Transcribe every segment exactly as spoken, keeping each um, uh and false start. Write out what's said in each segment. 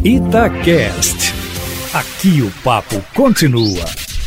Itacast. Aqui o papo continua.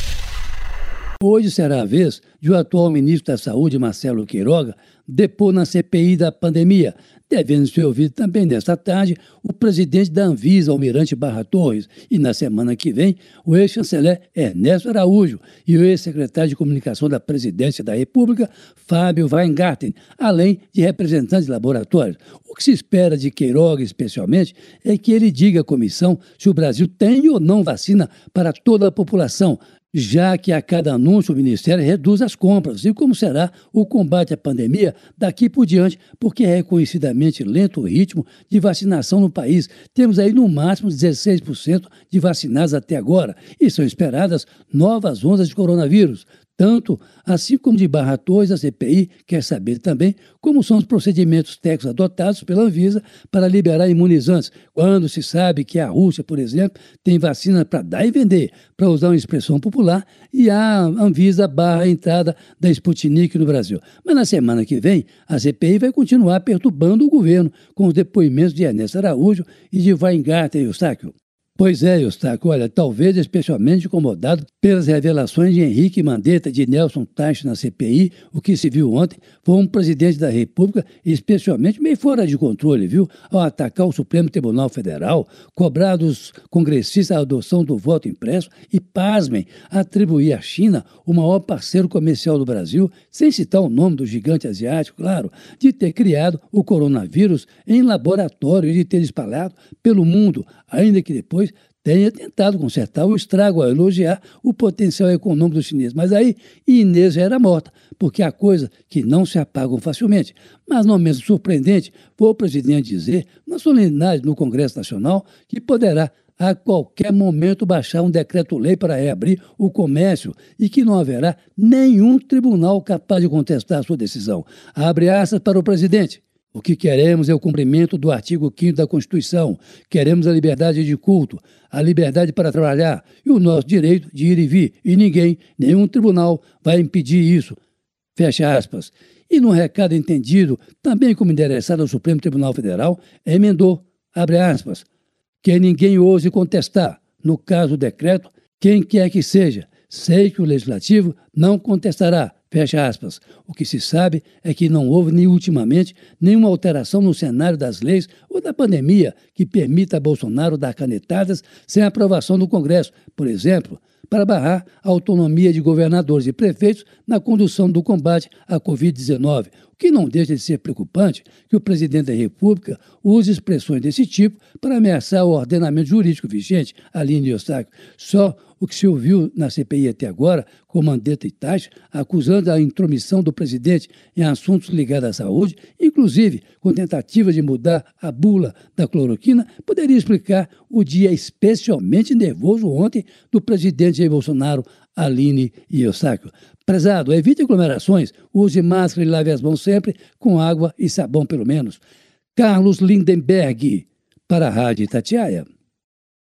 Hoje será a vez de o atual ministro da Saúde, Marcelo Queiroga, depor na C P I da pandemia, devendo ser ouvido também nesta tarde o presidente da Anvisa, Almirante Barra Torres, e na semana que vem o ex-chanceler Ernesto Araújo e o ex-secretário de Comunicação da Presidência da República, Fábio Weingarten, além de representantes de laboratórios. O que se espera de Queiroga, especialmente, é que ele diga à comissão se o Brasil tem ou não vacina para toda a população, já que a cada anúncio o Ministério reduz as compras, e como será o combate à pandemia daqui por diante, porque é reconhecidamente lento o ritmo de vacinação no país. Temos aí no máximo dezesseis por cento de vacinados até agora, e são esperadas novas ondas de coronavírus. Tanto, assim como de Barra Torres, a C P I quer saber também como são os procedimentos técnicos adotados pela Anvisa para liberar imunizantes, quando se sabe que a Rússia, por exemplo, tem vacina para dar e vender, para usar uma expressão popular, e a Anvisa barra a entrada da Sputnik no Brasil. Mas na semana que vem, a C P I vai continuar perturbando o governo com os depoimentos de Ernesto Araújo e de Weingarten, Eustáquio. Pois é, Eustáquio, olha, talvez especialmente incomodado pelas revelações de Henrique Mandetta e de Nelson Teich na C P I, o que se viu ontem foi um presidente da República especialmente meio fora de controle, viu? Ao atacar o Supremo Tribunal Federal, cobrar dos congressistas a adoção do voto impresso e, pasmem, atribuir à China, o maior parceiro comercial do Brasil, sem citar o nome do gigante asiático, claro, de ter criado o coronavírus em laboratório e de ter espalhado pelo mundo, ainda que depois tenha tentado consertar o estrago ao elogiar o potencial econômico dos chineses. Mas aí Inês já era morta, porque há coisas que não se apagam facilmente. Mas não menos surpreendente foi o presidente dizer, na solenidade no Congresso Nacional, que poderá a qualquer momento baixar um decreto-lei para reabrir o comércio e que não haverá nenhum tribunal capaz de contestar a sua decisão. Abre aspas para o presidente. O que queremos é o cumprimento do artigo quinto da Constituição. Queremos a liberdade de culto, a liberdade para trabalhar e o nosso direito de ir e vir. E ninguém, nenhum tribunal, vai impedir isso. Fecha aspas. E num recado entendido, também como endereçado ao Supremo Tribunal Federal, emendou, abre aspas, que ninguém ouse contestar, no caso do decreto, quem quer que seja. Sei que o Legislativo não contestará. Fecha aspas. O que se sabe é que não houve, nem ultimamente, nenhuma alteração no cenário das leis ou da pandemia que permita a Bolsonaro dar canetadas sem aprovação do Congresso, por exemplo, para barrar a autonomia de governadores e prefeitos na condução do combate à covid dezenove. O que não deixa de ser preocupante que o presidente da República use expressões desse tipo para ameaçar o ordenamento jurídico vigente, Aline Eustáquio. Só o que se ouviu na C P I até agora, com Mandetta e Teich, acusando a intromissão do presidente em assuntos ligados à saúde, inclusive com tentativa de mudar a bula da cloroquina, poderia explicar o dia especialmente nervoso ontem do presidente Jair Bolsonaro, Aline e Eustáquio. Prezado, evite aglomerações, use máscara e lave as mãos sempre com água e sabão pelo menos. Carlos Lindenberg, para a Rádio Itatiaia.